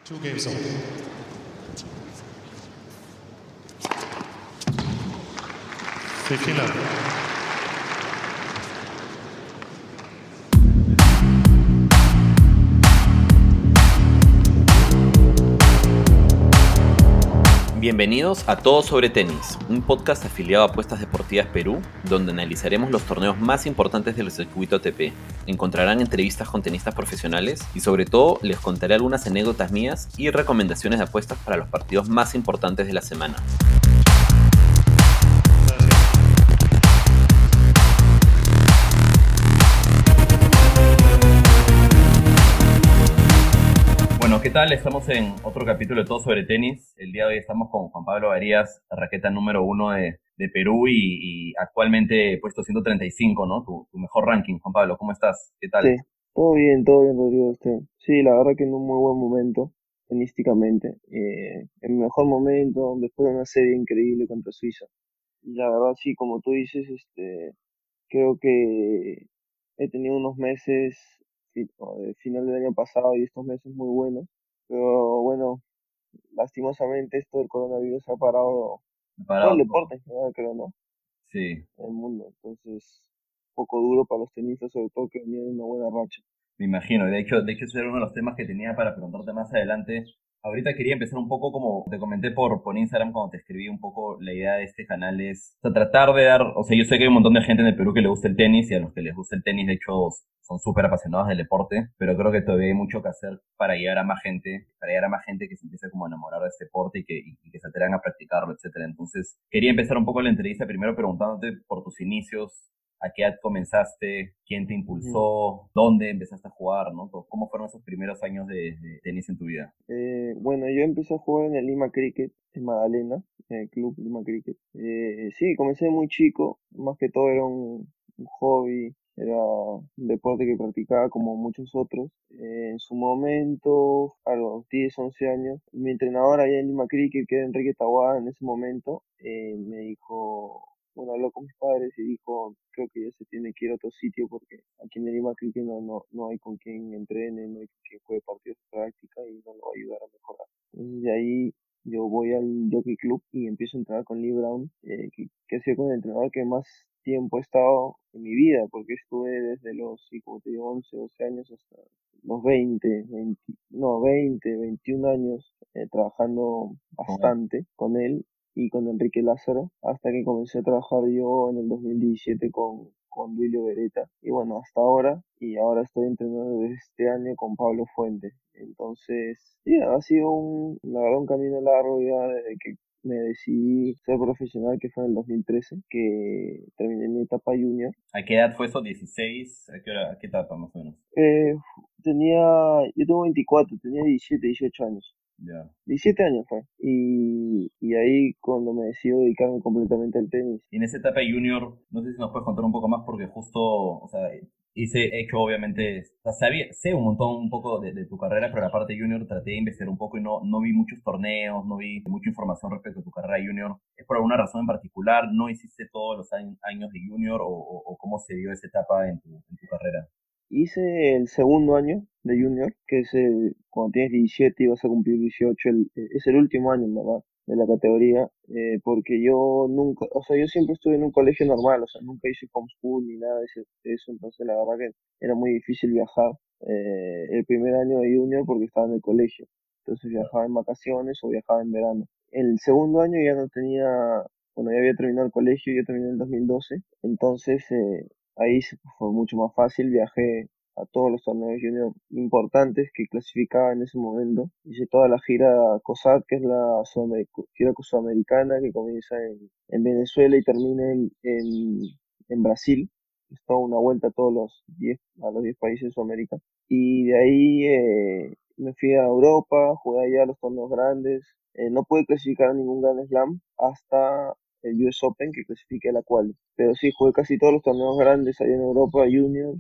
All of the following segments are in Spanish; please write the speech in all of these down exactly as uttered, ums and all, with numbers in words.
Two games old. fifteen love. Bienvenidos a Todo sobre Tenis, un podcast afiliado a Apuestas Deportivas Perú, donde analizaremos los torneos más importantes del circuito A T P. Encontrarán entrevistas con tenistas profesionales y sobre todo les contaré algunas anécdotas mías y recomendaciones de apuestas para los partidos más importantes de la semana. Bueno, ¿qué tal? Estamos en otro capítulo de Todo sobre Tenis. El día de hoy estamos con Juan Pablo Varías, raqueta número uno de, de Perú y, y actualmente puesto ciento treinta y cinco, ¿no? Tu, tu mejor ranking. Juan Pablo, ¿cómo estás? ¿Qué tal? Sí, todo bien, todo bien, Rodrigo. Este, sí, la verdad que en un muy buen momento, tenísticamente. Eh, en mi mejor momento, después de una serie increíble contra Suiza. Y la verdad, sí, como tú dices, este, creo que he tenido unos meses, fi- o de final del año pasado y estos meses muy buenos. Pero bueno, lastimosamente esto del coronavirus ha parado todo el Preparado todo. deporte en general, creo, ¿no? Sí. En el mundo. Entonces, un poco duro para los tenistas, sobre todo que venían de una buena racha. Me imagino, de hecho, de hecho ese era uno de los temas que tenía para preguntarte más adelante. Ahorita quería empezar un poco, como te comenté por, por Instagram cuando te escribí un poco, la idea de este canal es, o sea, tratar de dar, o sea, yo sé que hay un montón de gente en el Perú que le gusta el tenis y a los que les gusta el tenis, de hecho, son súper apasionados del deporte, pero creo que todavía hay mucho que hacer para llegar a más gente, para llegar a más gente que se empiece como a enamorar de este deporte y que, y, y que se atrevan a practicarlo, etcétera. Entonces, quería empezar un poco la entrevista primero preguntándote por tus inicios. ¿A qué edad comenzaste? ¿Quién te Ujú. impulsó? ¿Dónde empezaste a jugar? ¿No? ¿Cómo fueron esos primeros años de, de tenis en tu vida? Eh, bueno, yo empecé a jugar en el Lima Cricket, en Magdalena, en el club Lima Cricket. Eh, sí, comencé muy chico, más que todo era un, un hobby, era un deporte que practicaba como muchos otros. Eh, en su momento, a los diez once años, mi entrenador allá en Lima Cricket, que era Enrique Taboada en ese momento, eh, me dijo, bueno, habló con mis padres y dijo, creo que ya se tiene que ir a otro sitio porque aquí en el Lima Cricket no, no, no hay con quien entrene, no hay con quien juegue partidos de práctica y no lo va a ayudar a mejorar. Entonces de ahí yo voy al Jockey Club y empiezo a entrenar con Lee Brown, eh, que, que ha sido con el entrenador que más tiempo he estado en mi vida, porque estuve desde los, sí, como te digo, once doce años hasta los veinte veinte no, veinte veintiún años eh, trabajando Con él. bastante con él y con Enrique Lázaro, hasta que comencé a trabajar yo en el dos mil diecisiete con, con Duilio Beretta. Y bueno, hasta ahora, y ahora estoy entrenando desde este año con Pablo Fuente. Entonces, sí, ha sido un, la verdad, un camino largo ya desde que me decidí ser profesional, que fue en el dos mil trece, que terminé mi etapa junior. ¿A qué edad fue eso? ¿dieciséis? ¿A qué hora, a qué etapa más o menos? Eh, tenía, yo tengo veinticuatro, tenía diecisiete dieciocho años. Ya. diecisiete años fue. Y, y ahí cuando me decido dedicarme completamente al tenis. Y en esa etapa junior, no sé si nos puedes contar un poco más porque justo, o sea, hice, he hecho obviamente, o sea, sabía, sé un montón, un poco de, de tu carrera, pero la parte junior traté de investigar un poco y no, no vi muchos torneos, no vi mucha información respecto a tu carrera junior. ¿Es por alguna razón en particular? ¿No hiciste todos los años, años de junior o, o, o cómo se dio esa etapa en tu, en tu carrera? Hice el segundo año de junior, que es el- cuando tienes diecisiete y vas a cumplir dieciocho, el- eh, es el último año, en verdad, de la categoría, eh, porque yo nunca, o sea, yo siempre estuve en un colegio normal, o sea, nunca hice homeschool ni nada de ese- de eso, entonces la verdad que era muy difícil viajar eh, el primer año de junior porque estaba en el colegio, entonces viajaba en vacaciones o viajaba en verano. El segundo año ya no tenía, bueno, ya había terminado el colegio, yo terminé en el dos mil doce, entonces eh, ahí se- fue mucho más fácil, viajé a todos los torneos junior importantes que clasificaba en ese momento. Hice toda la gira COSAT, que es la Sudame- gira sudamericana, que comienza en, en Venezuela y termina en, en, en Brasil. Es toda una vuelta a todos los diez a los diez países de Sudamérica. Y de ahí eh, me fui a Europa, jugué allá los torneos grandes. Eh, no pude clasificar a ningún Grand Slam hasta el U S Open, que clasifiqué a la cual. Pero sí, jugué casi todos los torneos grandes allá en Europa, Junior,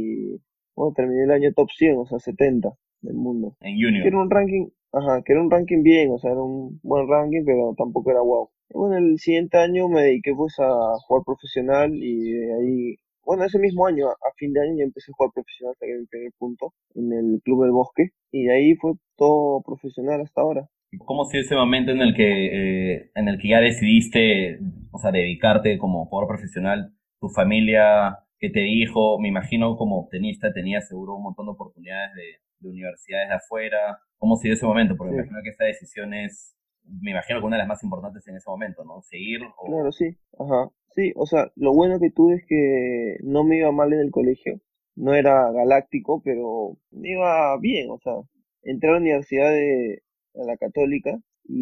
y bueno, terminé el año top cien, o sea, setenta del mundo. En Que junior. era un ranking, ajá, que era un ranking bien, o sea, era un buen ranking, pero tampoco era wow. Y bueno, el siguiente año me dediqué pues a jugar profesional y de ahí bueno, ese mismo año, a, a fin de año, ya empecé a jugar profesional hasta que mi primer punto en el Club del Bosque. Y de ahí fue todo profesional hasta ahora. ¿Cómo fue ese momento en el que, eh, en el que ya decidiste, o sea, dedicarte como jugador profesional? ¿Tu familia qué te dijo? Me imagino como tenista tenías seguro un montón de oportunidades de, de universidades de afuera. ¿Cómo se dio ese momento? Porque me Sí, imagino que esta decisión es, me imagino que una de las más importantes en ese momento, ¿no? Seguir claro, o... sí. Ajá. Sí, o sea, lo bueno que tuve es que no me iba mal en el colegio. No era galáctico, pero me iba bien. O sea, entré a la universidad de a la Católica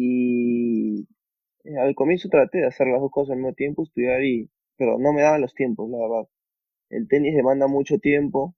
y eh, al comienzo traté de hacer las dos cosas al mismo tiempo, estudiar y... Pero no me daban los tiempos, la verdad. El tenis demanda mucho tiempo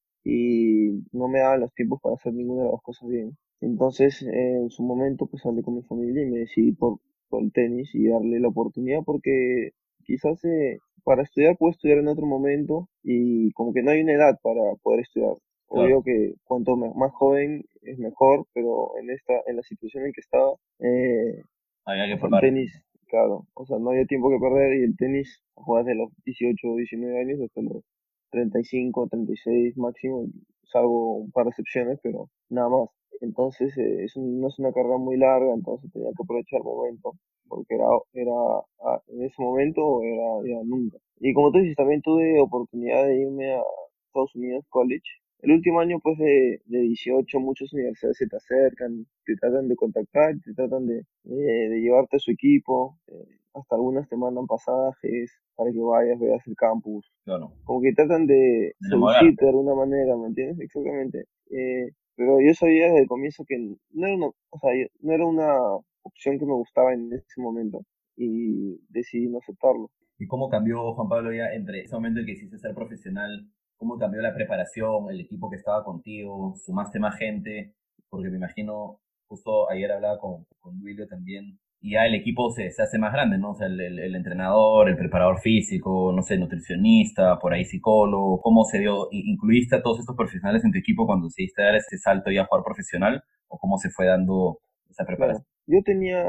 y no me daban los tiempos para hacer ninguna de las dos cosas bien. Entonces, eh, en su momento, pues hablé con mi familia y me decidí por, por el tenis y darle la oportunidad porque quizás eh, para estudiar puedo estudiar en otro momento y como que no hay una edad para poder estudiar. Claro, Obvio que cuanto me- más joven es mejor, pero en esta, en la situación en que estaba, eh, había que o sea, el probar el tenis, tiempo. claro, o sea, no había tiempo que perder y el tenis juegas de los dieciocho o diecinueve años hasta los treinta y cinco, treinta y seis máximo, salvo un par de excepciones, pero nada más. Entonces, eh, es un- no es una carrera muy larga, entonces tenía que aprovechar el momento, porque era, era ah, en ese momento o era ya nunca. Y como tú dices, también tuve oportunidad de irme a Estados Unidos College. El último año, pues, de, de dieciocho, muchas universidades se te acercan, te tratan de contactar, te tratan de, eh, de llevarte a su equipo, eh, hasta algunas te mandan pasajes para que vayas, veas el campus, Claro, como que tratan de de enamorarte. seducirte de alguna manera, ¿me entiendes? Exactamente. Eh, pero yo sabía desde el comienzo que no era una, o sea, yo- no era una opción que me gustaba en ese momento y decidí no aceptarlo. ¿Y cómo cambió, Juan Pablo, ya entre ese momento en que hiciste ser profesional? ¿Cómo cambió la preparación, el equipo que estaba contigo? ¿Sumaste más gente? Porque me imagino, justo ayer hablaba con, con Duilio también, y ya el equipo se, se hace más grande, ¿no? O sea, el, el- el entrenador, el preparador físico, no sé, nutricionista, por ahí psicólogo. ¿Cómo se dio? I- ¿Incluiste a todos estos profesionales en tu equipo cuando decidiste dar ese salto ya a jugar profesional? ¿O cómo se fue dando esa Claro. preparación? Yo tenía,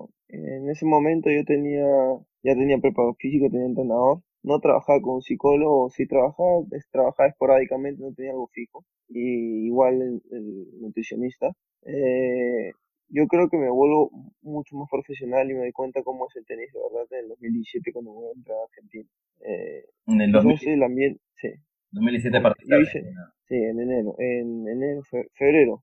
en ese momento yo tenía, ya tenía preparador físico, tenía entrenador. No trabajaba con un psicólogo, sí trabajaba, es- trabajaba esporádicamente, no tenía algo fijo. Y igual el, el nutricionista. Eh, yo creo que me vuelvo mucho más profesional y me doy cuenta cómo es el tenis, de verdad, en el dos mil diecisiete cuando voy a entrar a Argentina. Eh, En el Quizás dos mil, el ambiente, sí, dos mil diecisiete porque partiste yo a hice, Argentina. sí, en enero, en enero, fe- febrero.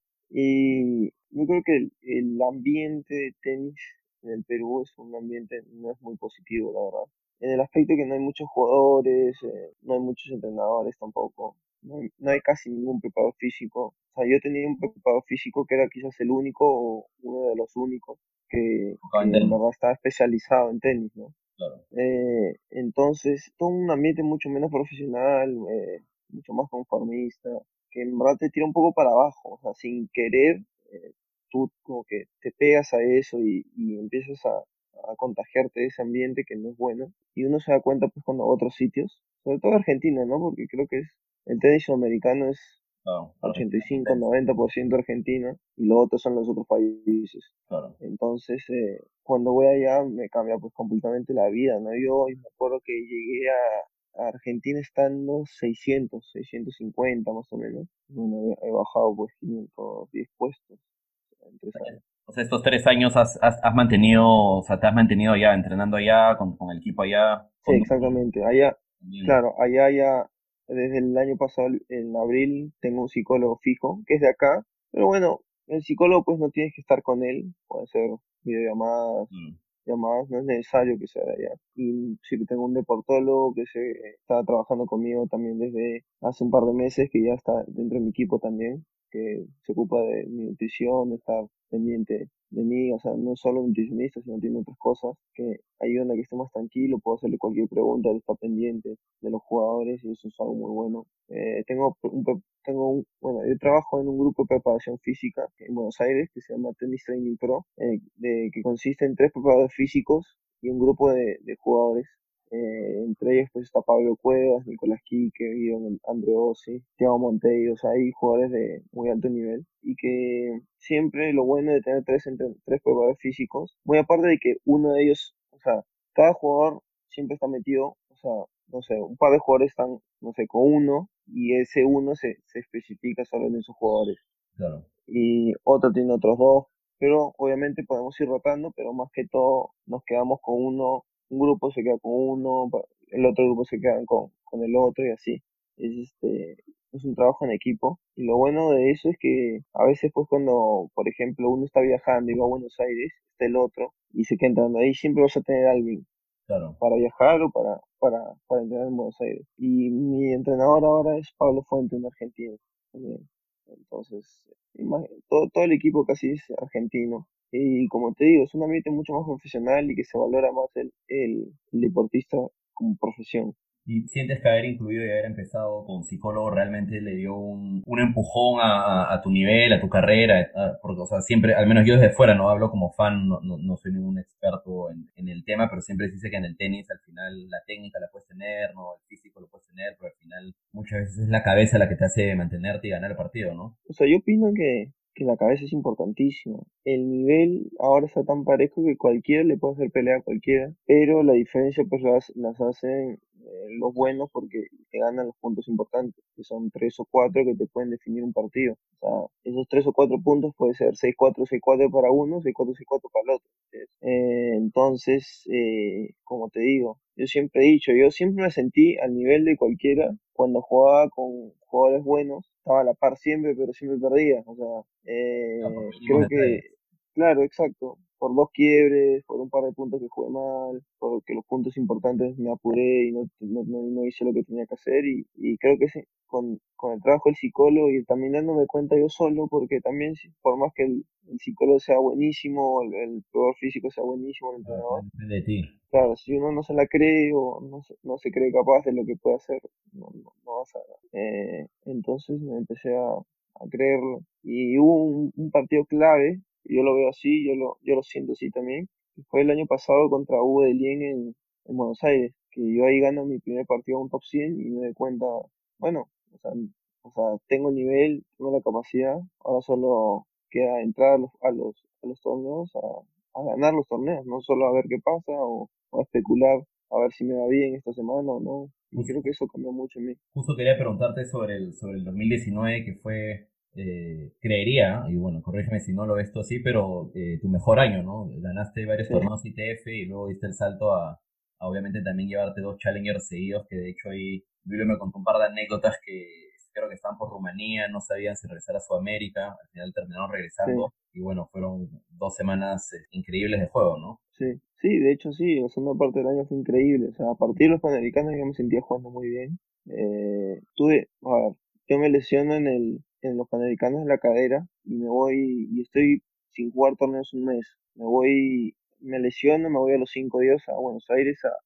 Y yo creo que el, el ambiente de tenis en el Perú es un ambiente, no es muy positivo, la verdad. En el aspecto que no hay muchos jugadores, eh, no hay muchos entrenadores tampoco, no hay, no hay casi ningún preparador físico. O sea, yo tenía un preparador físico que era quizás el único o uno de los únicos que, Enfocado que en en tenis, verdad estaba especializado en tenis, ¿no? claro. Eh, entonces, todo un ambiente mucho menos profesional, eh, mucho más conformista, que en verdad te tira un poco para abajo, o sea, sin querer, eh, tú como que te pegas a eso y, y empiezas a, a contagiarte de ese ambiente que no es bueno, y uno se da cuenta pues cuando va a otros sitios, sobre todo Argentina, ¿no? Porque creo que es, el tenis sudamericano es Claro, ochenta y Argentina cinco potencia, noventa por ciento Argentina, y lo otro son los otros países. claro. Entonces, eh, cuando voy allá me cambia pues completamente la vida, ¿no? Yo me acuerdo que llegué a, a Argentina estando seiscientos, seiscientos cincuenta más o menos. Bueno, he, he bajado pues quinientos diez puestos en tres años. O sea, estos tres años has, has, has mantenido, o sea, te has mantenido allá, entrenando allá, con, con el equipo allá, Sí, con Duilio exactamente. Allá, también. claro, allá ya desde el año pasado, en abril, tengo un psicólogo fijo, que es de acá. Pero bueno, el psicólogo pues no tienes que estar con él, puede ser videollamadas, Mm, llamadas, no es necesario que sea de allá. Y sí que tengo un deportólogo que se está trabajando conmigo también desde hace un par de meses, que ya está dentro de mi equipo también, que se ocupa de mi nutrición, de estar pendiente de mí, o sea, no es solo nutricionista, sino tiene otras cosas que ayudan a que esté más tranquilo, puedo hacerle cualquier pregunta, él está pendiente de los jugadores y eso es algo muy bueno. Eh, tengo un, pre- tengo un, bueno, yo trabajo en un grupo de preparación física en Buenos Aires que se llama Tennis Training Pro, eh, de, que consiste en tres preparadores físicos y un grupo de, de jugadores. Eh, entre ellos pues está Pablo Cuevas, Nicolás Quique, Guido Andreossi, Thiago Monteiro, o sea, hay jugadores de muy alto nivel y que siempre lo bueno de tener tres, entre- tres preparadores físicos, muy aparte de que uno de ellos, o sea, cada jugador siempre está metido, o sea, no sé, un par de jugadores están, no sé, con uno y ese uno se, se especifica solo en esos jugadores Claro, y otro tiene otros dos, pero obviamente podemos ir rotando, pero más que todo nos quedamos con uno, un grupo se queda con uno, pa- el otro grupo se queda con, con el otro y así. Es este, es un trabajo en equipo y lo bueno de eso es que a veces pues cuando, por ejemplo, uno está viajando y va a Buenos Aires, está el otro y se queda entrando ahí, siempre vas a tener a alguien claro. para viajar o para, para, para entrenar en Buenos Aires. Y mi entrenador ahora es Pablo Fuente, un argentino también. Entonces, ima- todo, todo el equipo casi es argentino. Y como te digo, es un ambiente mucho más profesional y que se valora más el, el, el deportista como profesión. ¿Y sientes que haber incluido y haber empezado con psicólogo realmente le dio un, un empujón a, a- a tu nivel, a tu carrera? A- porque, o sea, siempre, al menos yo desde fuera, no hablo como fan, no, no, no soy ningún experto en, en el tema, pero siempre se dice que en el tenis al final la técnica la puedes tener, ¿no? El físico lo puedes tener, pero al final muchas veces es la cabeza la que te hace mantenerte y ganar el partido, ¿no? O sea, yo opino que, que la cabeza es importantísima. El nivel ahora está tan parejo que cualquiera le puede hacer pelea a cualquiera, pero la diferencia pues las, las hacen eh, los buenos porque te ganan los puntos importantes, que son tres o cuatro que te pueden definir un partido. O sea, esos tres o cuatro puntos puede ser seis cuatro, seis cuatro para uno, seis cuatro, seis cuatro para el otro. Eh, entonces, eh, como te digo, yo siempre he dicho, yo siempre me sentí al nivel de cualquiera cuando jugaba con jugadores buenos, estaba a la par siempre, pero siempre perdía. O sea, Ah, por eh, mínimos creo que, detalles. claro, exacto, por dos quiebres, por un par de puntos que jugué mal, porque los puntos importantes me apuré y no, no, no- no hice lo que tenía que hacer. Y, y creo que ese- con, con el trabajo del psicólogo y también dándome cuenta yo solo, porque también, si- por más que el, el psicólogo sea buenísimo, el, el probador físico sea buenísimo, el Ah, entrenador, depende de ti. claro, si uno no se la cree o no se, no se cree capaz de lo que puede hacer, no, no, no vas a. Eh, entonces me empecé a, a creerlo. Y hubo un, un partido clave, y yo lo veo así, yo lo, yo lo siento así también, que fue el año pasado contra Hugo de Lien en, en Buenos Aires, que yo ahí gano mi primer partido en un top cien y me doy cuenta, bueno, o sea, o sea, tengo el nivel, tengo la capacidad, ahora solo queda entrar a los, a los, a los torneos a ganar los torneos, no solo a ver qué pasa o, o a especular a ver si me va bien esta semana o no. Y creo que eso cambió mucho en mí. Justo quería preguntarte sobre el, sobre el dos mil diecinueve, que fue, eh, creería, y bueno, corrígeme si no lo ves tú así, pero eh, tu mejor año, ¿no? Ganaste varios Sí, torneos I T F y luego diste el salto a, a obviamente también llevarte dos challengers seguidos, que de hecho ahí Julio me contó un par de anécdotas que creo que estaban por Rumanía, no sabían si regresar a Sudamérica, al final terminaron sí, regresando y bueno, fueron dos semanas eh, increíbles de juego, ¿no? sí. Sí, de hecho sí, la segunda parte del año fue increíble. O sea, a partir de los Panamericanos yo me sentía jugando muy bien. Eh, tuve, a ver, yo me lesiono en el, en los Panamericanos de la cadera y me voy, y estoy sin jugar torneos un mes. Me voy, me lesiono, me voy a los cinco días a Buenos Aires a,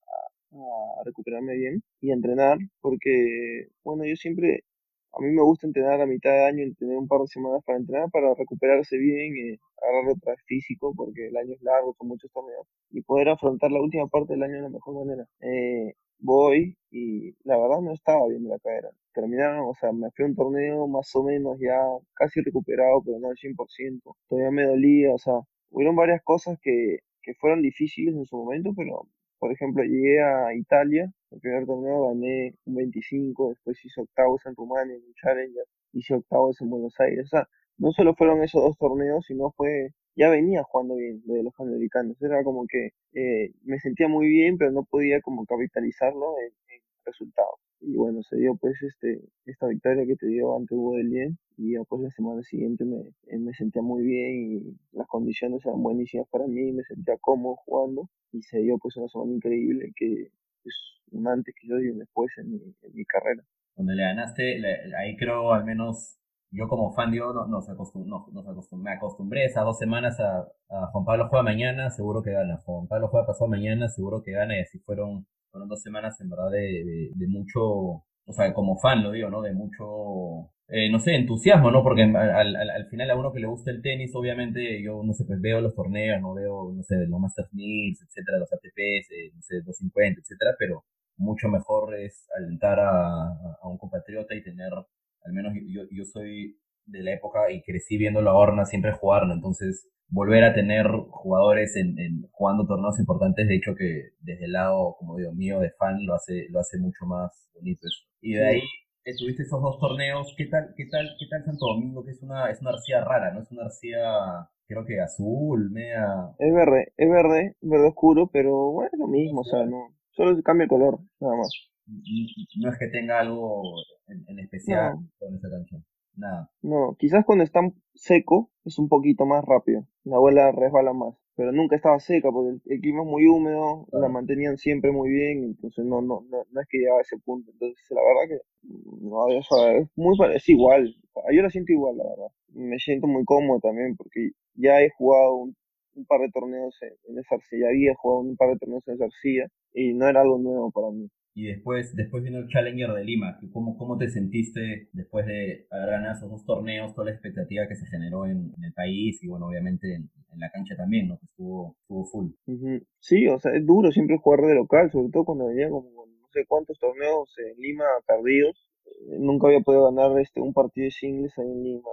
a recuperarme bien y a entrenar, porque, bueno, yo siempre, a mí me gusta entrenar a mitad de año, tener un par de semanas para entrenar, para recuperarse bien, y agarrar otra vez físico, porque el año es largo, son muchos torneos, y poder afrontar la última parte del año de la mejor manera. Eh, voy y la verdad no estaba bien de la cadera. Terminaron, o sea, me fui a un torneo más o menos ya casi recuperado, pero no al cien por ciento. Todavía me dolía, o sea, hubieron varias cosas que, que fueron difíciles en su momento, pero por ejemplo, llegué a Italia, el primer torneo gané un veinticinco, después hice octavos en Rumania en un Challenger, hice octavos en Buenos Aires. O sea, no solo fueron esos dos torneos, sino fue, ya venía jugando bien de los Panamericanos. Era como que eh, me sentía muy bien, pero no podía como capitalizarlo en, en resultados. Y bueno, se dio pues este, esta victoria que te dio ante Hugo del Lien y después la semana siguiente me, eh, me sentía muy bien y las condiciones eran buenísimas para mí, me sentía cómodo jugando y se dio pues una semana increíble que es un antes que yo y un después en mi, en mi carrera. Donde le ganaste, le- ahí creo al menos yo como fan, digo, no, nos, acostum, no, nos acostum- me acostumbré esas dos semanas a, a Juan Pablo juega mañana, seguro que gana. Juan Pablo juega pasado mañana, seguro que gana. Y así fueron, fueron dos semanas en verdad de, de, de mucho, o sea, como fan lo digo, ¿no? De mucho, eh, no sé, entusiasmo, ¿no? Porque al, al, al final a uno que le gusta el tenis, obviamente yo, no sé, pues veo los torneos, no veo, no sé, los Masters mil, etcétera, los A T Ps, eh, no sé, doscientos cincuenta, etcétera, pero mucho mejor es alentar a, a un compatriota y tener, al menos yo, yo soy de la época y crecí viendo la Horna siempre jugar, ¿no? Entonces volver a tener jugadores en, en- jugando torneos importantes, de hecho que desde el lado, como digo, mío de fan lo hace, lo hace mucho más bonito eso. Y de ahí Sí, eh, tuviste esos dos torneos, ¿qué tal, qué tal, qué tal Santo Domingo? Que es una, es una arcilla rara, ¿no? Es una arcilla, creo que azul, media. es verde, es verde, verde oscuro, pero bueno, es lo mismo, o sea, Igual. no, solo se cambia el color, nada más. No es que tenga algo en, en especial No, con esa canción. Nada. no, quizás cuando está seco es un poquito más rápido, la bola resbala más, pero nunca estaba seca porque el, el clima es muy húmedo, la Claro. mantenían siempre muy bien, entonces no, no, no, no es que llegaba a ese punto, entonces la verdad que mm, no, o sea, es muy pare- es igual, yo la siento igual, la verdad, me siento muy cómodo también porque ya he jugado un, un par de torneos en, en esa arcilla, había jugado un par de torneos en esa arcilla y no era algo nuevo para mí. Y después, después vino el Challenger de Lima. ¿Cómo, cómo te sentiste después de haber ganado esos dos torneos, toda la expectativa que se generó en, en el país y bueno, obviamente en, en la cancha también, ¿no? Que estuvo, estuvo full. Ujú. Sí, o sea, es duro siempre jugar de local, sobre todo cuando venía como con no sé cuántos torneos en Lima perdidos. Eh, Nunca había podido ganar este un partido de singles ahí en Lima.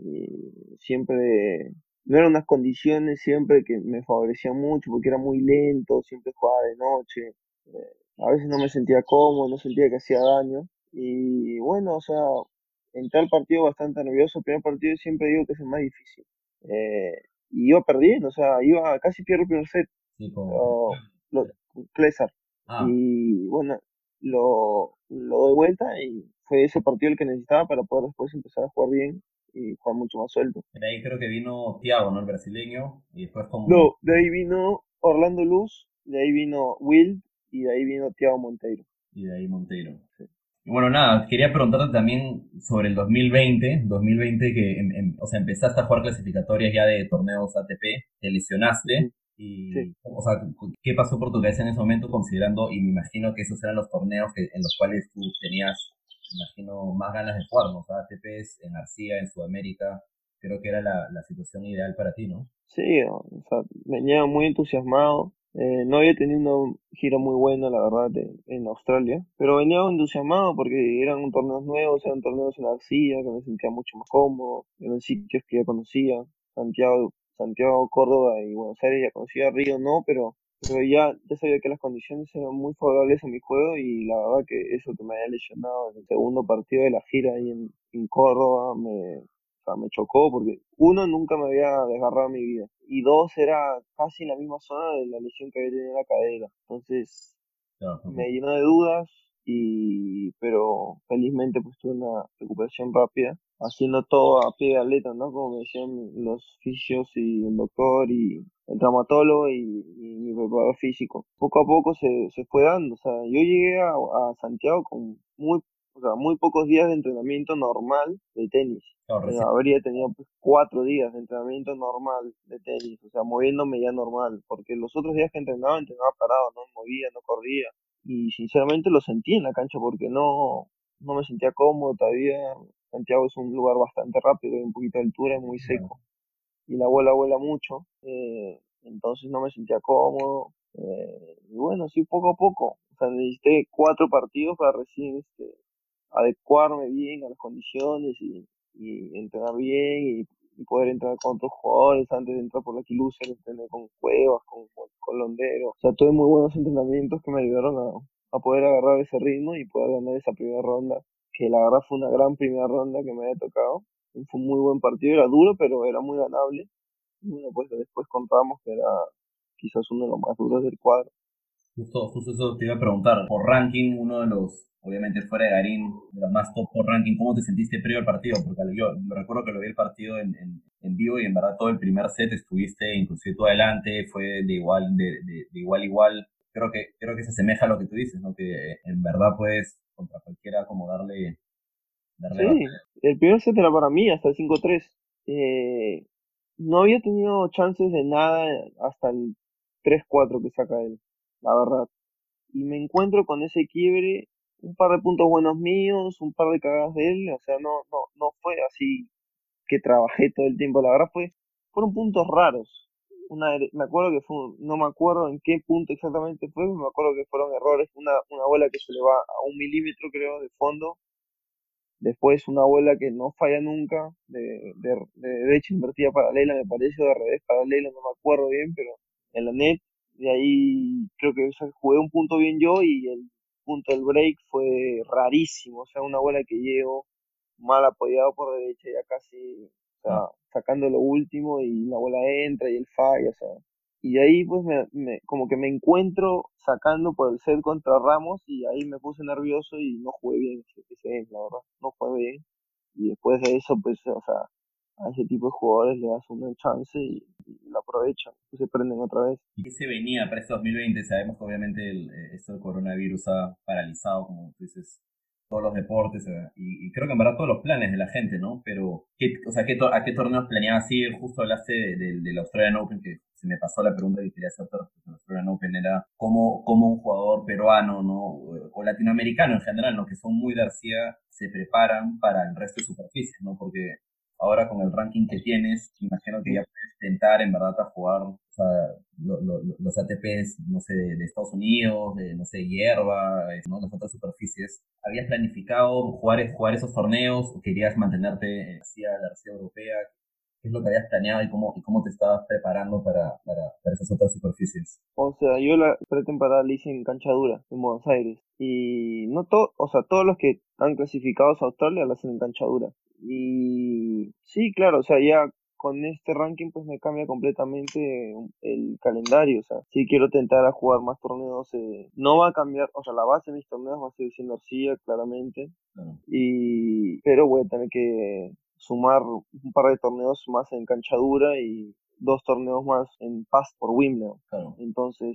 Y siempre, no eran unas condiciones siempre que me favorecían mucho porque era muy lento, siempre jugaba de noche. eh, a veces no me sentía cómodo, no sentía que hacía daño. Y bueno, o sea, entré al partido bastante nervioso. El primer partido siempre digo que es el más difícil. Eh, y iba perdiendo, o sea, iba casi pierdo el primer set, Sí, con, con- o lo, con Clesar. Ah, Y bueno, lo, lo doy vuelta y fue ese partido el que necesitaba para poder después empezar a jugar bien y jugar mucho más suelto. de ahí creo que vino Thiago, ¿no? El brasileño. Y después con... No, de ahí vino Orlando Luz, de ahí vino Will y de ahí vino Thiago Monteiro. Y de ahí Monteiro. Sí. Y bueno, nada, quería preguntarte también sobre el dos mil veinte, dos mil veinte que, em- em- o sea, empezaste a jugar clasificatorias ya de torneos A T P, te lesionaste Ujú. Sí. y, o sea, ¿qué pasó por tu cabeza en ese momento considerando, y me imagino que esos eran los torneos que, en los cuales tú tenías, me imagino, más ganas de jugar, ¿no? O sea, A T Ps en Arcia, en Sudamérica, creo que era la, la situación ideal para ti, ¿no? Sí, o sea, venía muy entusiasmado. Eh, no había tenido una gira muy buena, la verdad, de- en Australia, pero venía entusiasmado porque eran torneos nuevos, eran torneos en arcilla, que me sentía mucho más cómodo, eran sitios que ya conocía, Santiago, Santiago, Córdoba y Buenos Aires ya conocía, Río no, pero, pero ya, ya sabía que las condiciones eran muy favorables a mi juego y la verdad que eso que me había lesionado en el segundo partido de la gira ahí en, en Córdoba me, o sea, me chocó porque uno, nunca me había desgarrado en mi vida y dos, era casi en la misma zona de la lesión que había tenido en la cadera. Entonces Claro, me ok. llenó de dudas y pero felizmente pues tuve una recuperación rápida, haciendo todo a pie de atleta, ¿no? Como me decían los fisios y el doctor y el traumatólogo y, y mi preparador físico. Poco a poco se, se fue dando, o sea, yo llegué a, a Santiago con muy, o sea, muy pocos días de entrenamiento normal de tenis. Claro, Eh, recién, habría tenido pues cuatro días de entrenamiento normal de tenis, o sea, moviéndome ya normal, porque los otros días que entrenaba, entrenaba parado, no me movía, no corría, y sinceramente lo sentí en la cancha porque no, no me sentía cómodo todavía. Santiago es un lugar bastante rápido, hay un poquito de altura, es muy claro. seco, y la bola vuela mucho, eh, entonces no me sentía cómodo, eh, y bueno, sí, poco a poco, o sea, necesité cuatro partidos para recién este, adecuarme bien a las condiciones y, y entrenar bien y, y poder entrar con otros jugadores antes de entrar por la Quilusa, entrenar con Cuevas, con, con Londero. O sea, tuve muy buenos entrenamientos que me ayudaron a, a poder agarrar ese ritmo y poder ganar esa primera ronda, que la verdad fue una gran primera ronda que me había tocado. Fue un muy buen partido, era duro, pero era muy ganable. Y bueno, pues después contamos que era quizás uno de los más duros del cuadro. Justo, justo eso te iba a preguntar. Por ranking, uno de los, obviamente fuera de Garín, de los más top por ranking, ¿cómo te sentiste previo al partido? Porque yo me recuerdo que lo vi el partido en, en, en vivo y en verdad todo el primer set estuviste inclusive tú adelante, fue de igual, de, de, de igual a igual. Creo que, creo que se asemeja a lo que tú dices, ¿no? Que en verdad puedes contra cualquiera como darle, darle batalla. Sí, el primer set era para mí hasta el cinco tres. Eh, no había tenido chances de nada hasta el tres cuatro que saca él, la verdad. Y me encuentro con ese quiebre, un par de puntos buenos míos, un par de cagadas de él, o sea, no, no, no fue así que trabajé todo el tiempo, la verdad fue, fueron puntos raros. Una, ere- me acuerdo que fue, un- no me acuerdo en qué punto exactamente fue, me acuerdo que fueron errores, una, una bola que se le va a un milímetro creo de fondo Después una bola que no falla nunca, de, de, de derecha invertida paralela, me parece, o de revés paralela, no me acuerdo bien, pero en la net. De ahí creo que o sea, jugué un punto bien yo y el punto del break fue rarísimo. O sea, una bola que llego mal apoyado por derecha, ya casi, o sea, Ah, sacando lo último y la bola entra y él falla, o sea. Y de ahí pues me, me- como que me encuentro sacando por el set contra Ramos y ahí me puse nervioso y no jugué bien ese, ese game, la verdad, no jugué bien. Y después de eso, pues, o sea, a ese tipo de jugadores le das una chance y, y lo aprovechan, pues se prenden otra vez. ¿y qué se venía para este dos mil veinte? Sabemos que obviamente el, eh, esto del coronavirus ha paralizado, como tú dices, todos los deportes eh, y, y creo que en verdad todos los planes de la gente, ¿no? Pero, ¿qué, o sea, ¿qué to- ¿a qué torneos planeabas ir? Justo hablaste de- de- del Australian Open, que se me pasó la pregunta que quería hacerte respecto al Australian Open, era cómo, cómo un jugador peruano, ¿no? O, o latinoamericano en general, ¿no? Que son muy García, se preparan para el resto de superficies, ¿no? Porque ahora con el ranking que tienes, imagino que ya puedes tentar en verdad a jugar, o sea, lo- lo- lo- los A T Ps, no sé, de, de Estados Unidos, de, no sé, hierba, eh, ¿no? Las otras superficies. ¿Habías planificado jugar, jugar esos torneos o querías mantenerte hacia la García Europea? ¿Qué es lo que habías planeado y cómo, y cómo te estabas preparando para, para, para esas otras superficies? O sea, yo la pretemporada la hice en cancha dura, en Buenos Aires. Y no todo, o sea, todos los que han clasificado a Australia la hacen en cancha dura. Y sí, claro, o sea, ya con este ranking pues me cambia completamente el calendario. O sea, sí quiero tentar a jugar más torneos. Eh, no va a cambiar, o sea, la base de mis torneos va a seguir siendo Arcilla, claramente. Claro, Y, pero voy a tener que sumar un par de torneos más en cancha dura y dos torneos más en Pasto por Wimbledon. claro. Entonces,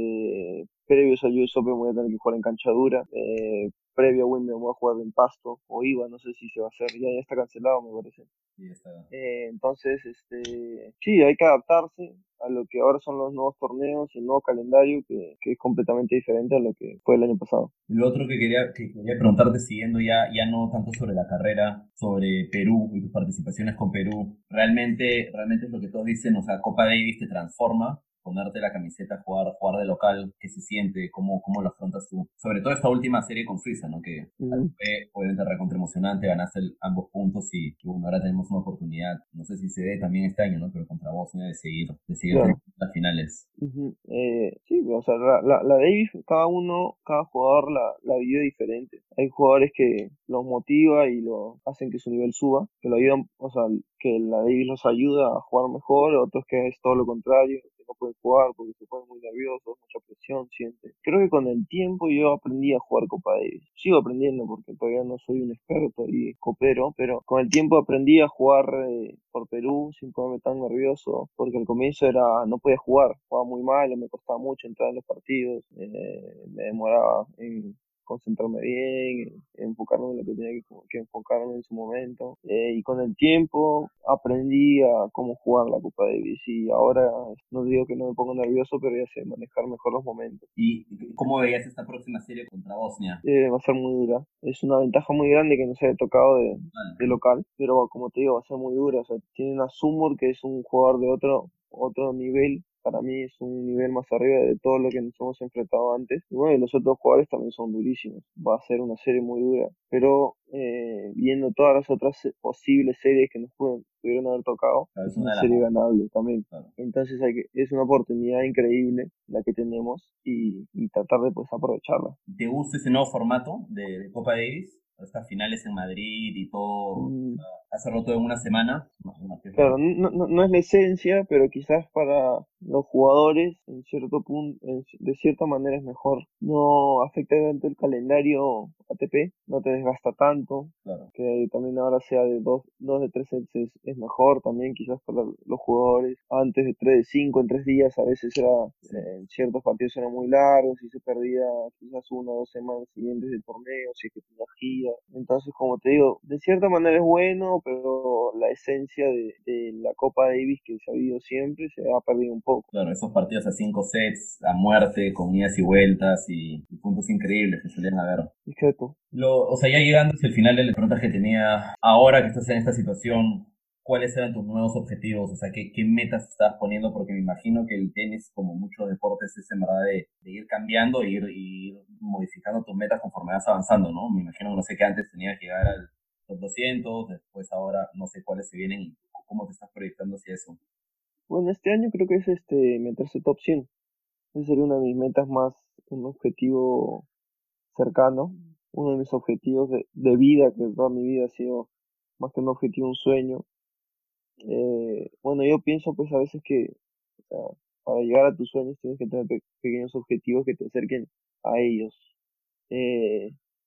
eh, previos al U S Open voy a tener que jugar en cancha dura. Eh, previo a Wimbledon voy a jugar en Pasto o iba, no sé si se va a hacer. Ya, ya está cancelado, me parece. Sí, está. Eh, entonces, este, sí, hay que adaptarse a lo que ahora son los nuevos torneos y el nuevo calendario que, que es completamente diferente a lo que fue el año pasado. Lo otro que quería, que quería preguntarte, siguiendo ya, ya no tanto sobre la carrera, sobre Perú y tus participaciones con Perú, realmente, realmente es lo que todos dicen, o sea, Copa Davis te transforma, ponerte la camiseta, jugar, jugar de local, ¿qué se siente? ¿Cómo, cómo lo afrontas tú? Sobre todo esta última serie con Suiza, ¿no? Que Ujú. fue obviamente recontra emocionante, ganaste el- ambos puntos y, y bueno, ahora tenemos una oportunidad, no sé si se dé también este año, ¿no? Pero contra Bosnia de seguir, de seguir Claro. teniendo las finales. Ujú. Eh, sí, o sea, la, la, la Davis, cada uno, cada jugador la, la vive diferente. Hay jugadores que los motiva y lo hacen que su nivel suba, que lo ayudan, o sea, que la Davis los ayuda a jugar mejor, otros que es todo lo contrario, que no pueden jugar porque se ponen muy nerviosos, mucha presión sienten. Creo que con el tiempo yo aprendí a jugar Copa Davis. Sigo aprendiendo porque todavía no soy un experto y copero, pero con el tiempo aprendí a jugar eh, por Perú sin ponerme tan nervioso, porque al comienzo era, no podía jugar, jugaba muy mal, me costaba mucho entrar en los partidos, eh, me demoraba en concentrarme bien, en enfocarme en lo que tenía que, que enfocarme en su momento. Eh, y con el tiempo aprendí a cómo jugar la Copa Davis y ahora no digo que no me pongo nervioso, pero ya sé manejar mejor los momentos. ¿Y cómo veías esta próxima serie contra Bosnia? Eh, va a ser muy dura. Es una ventaja muy grande que no se haya tocado de, de local, pero como te digo, va a ser muy dura. O sea, tienen a Sumur, que es un jugador de otro, otro nivel. Para mí es un nivel más arriba de todo lo que nos hemos enfrentado antes. Y bueno, y los otros jugadores también son durísimos. Va a ser una serie muy dura. Pero eh, viendo todas las otras se- posibles series que nos pueden- pudieron haber tocado, Claro, es es una una de las serie más. ganable también. Claro. Entonces hay que, es una oportunidad increíble la que tenemos y, y tratar de pues aprovecharla. ¿Te gusta ese nuevo formato de, de Copa Davis? Estas finales en Madrid y todo, o Mm, sea, hacerlo todo en una semana. Imagino que es lo que... Claro, no, no, no es la esencia, pero quizás para los jugadores, en cierto punto, de cierta manera es mejor. No afecta tanto el calendario A T P, no te desgasta tanto, Claro. que también ahora sea de dos, dos de tres sets es, es mejor también, quizás para los jugadores. Antes de tres de cinco en tres días, a veces era, Sí. eh, en ciertos partidos eran muy largos y se perdía quizás una o dos semanas siguientes del torneo, si es que tenía gira. Entonces, como te digo, de cierta manera es bueno, pero la esencia de, de la Copa Davis que se ha habido siempre se ha perdido un poco. Claro, esos partidos a cinco sets, a muerte, con idas y vueltas y, y puntos increíbles que solían haber. Exacto. Lo, o sea, ya llegando hacia el final de las preguntas que tenía, ahora que estás en esta situación, ¿cuáles eran tus nuevos objetivos? O sea, ¿qué, qué metas estás poniendo? Porque me imagino que el tenis, como muchos deportes, es en verdad de, de ir cambiando, e ir, ir modificando tus metas conforme vas avanzando, ¿no? Me imagino, no sé, que antes tenías que llegar al top doscientos, después ahora no sé cuáles se vienen y cómo te estás proyectando hacia eso. Bueno, este año creo que es este meterse top cien. Ese sería una de mis metas más, un objetivo cercano, uno de mis objetivos de, de vida, que toda mi vida ha sido más que un objetivo, un sueño. Eh, bueno, yo pienso pues a veces que, o sea, para llegar a tus sueños tienes que tener pe- pequeños objetivos que te acerquen a ellos. Eh,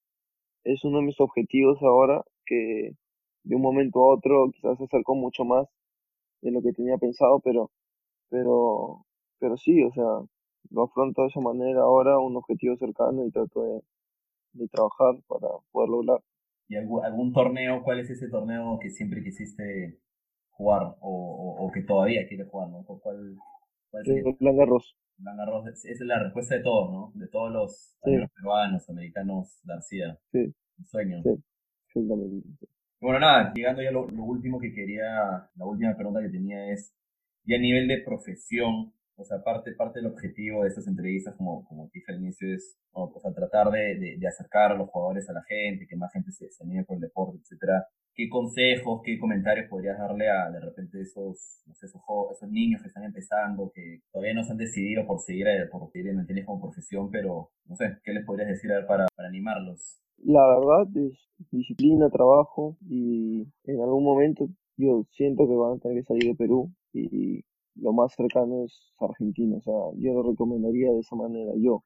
es uno de mis objetivos ahora que de un momento a otro quizás se acercó mucho más de lo que tenía pensado, pero, pero, pero sí, o sea, lo afronto de esa manera ahora, un objetivo cercano y trato de, de trabajar para poder lograr. ¿Y algún, algún torneo? ¿Cuál es ese torneo que siempre quisiste jugar o, o, o que todavía quieres jugar, ¿no? ¿Cuál, cuál cuál sería? Eh, Roland Garros, Roland Garros, esa es la respuesta de todos, ¿no? De todos los, también sí, los peruanos, americanos, García, sí, un sueño. sí, exactamente. Y bueno, nada, llegando ya a lo, lo último que quería, la última pregunta que tenía es, y a nivel de profesión, o sea, parte, parte del objetivo de estas entrevistas, como, como te dije al inicio, es o, o sea, tratar de, de, de acercar a los jugadores a la gente, que más gente se, se anime por el deporte, etcétera. ¿Qué consejos, qué comentarios podrías darle a de repente esos, no sé, esos, jo- esos niños que están empezando, que todavía no se han decidido por seguir, eh, por seguir en el tenis como profesión, pero no sé, ¿qué les podrías decir a ver para, para animarlos? La verdad es disciplina, trabajo y en algún momento yo siento que van a tener que salir de Perú y lo más cercano es Argentina, o sea, yo lo recomendaría de esa manera yo.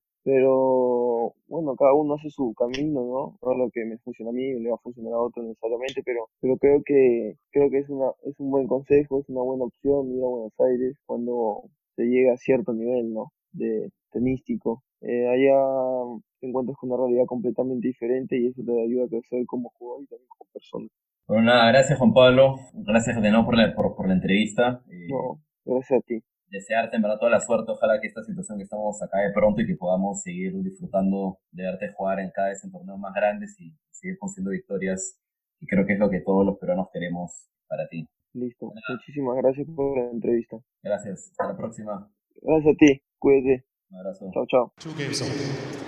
Pero bueno, cada uno hace su camino, ¿no? No lo que me funciona a mí le va a funcionar a otro necesariamente, pero, pero creo que creo que es una es un buen consejo, es una buena opción ir a Buenos Aires cuando se llega a cierto nivel, ¿no? De tenístico. Eh, allá te encuentras con una realidad completamente diferente y eso te ayuda a crecer como jugador y también como persona. Bueno, nada, gracias Juan Pablo, gracias de nuevo por la, por, por la entrevista. Eh, No, gracias a ti. desearte en verdad toda la suerte, ojalá que esta situación que estamos acá de pronto y que podamos seguir disfrutando de verte jugar en cada vez en torneos más grandes y seguir consiguiendo victorias, y creo que es lo que todos los peruanos queremos para ti. Listo. Muchísimas gracias por la entrevista. Gracias, hasta la próxima, Gracias a ti. Cuídate. un abrazo. Chao, chao. Two games on.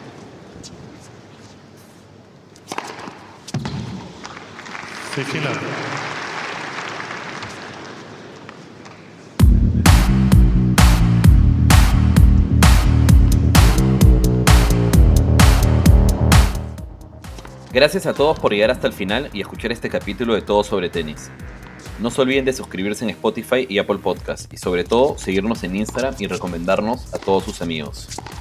fifteen love. Gracias a todos por llegar hasta el final y escuchar este capítulo de Todo sobre Tenis. No se olviden de suscribirse en Spotify y Apple Podcast y sobre todo seguirnos en Instagram y recomendarnos a todos sus amigos.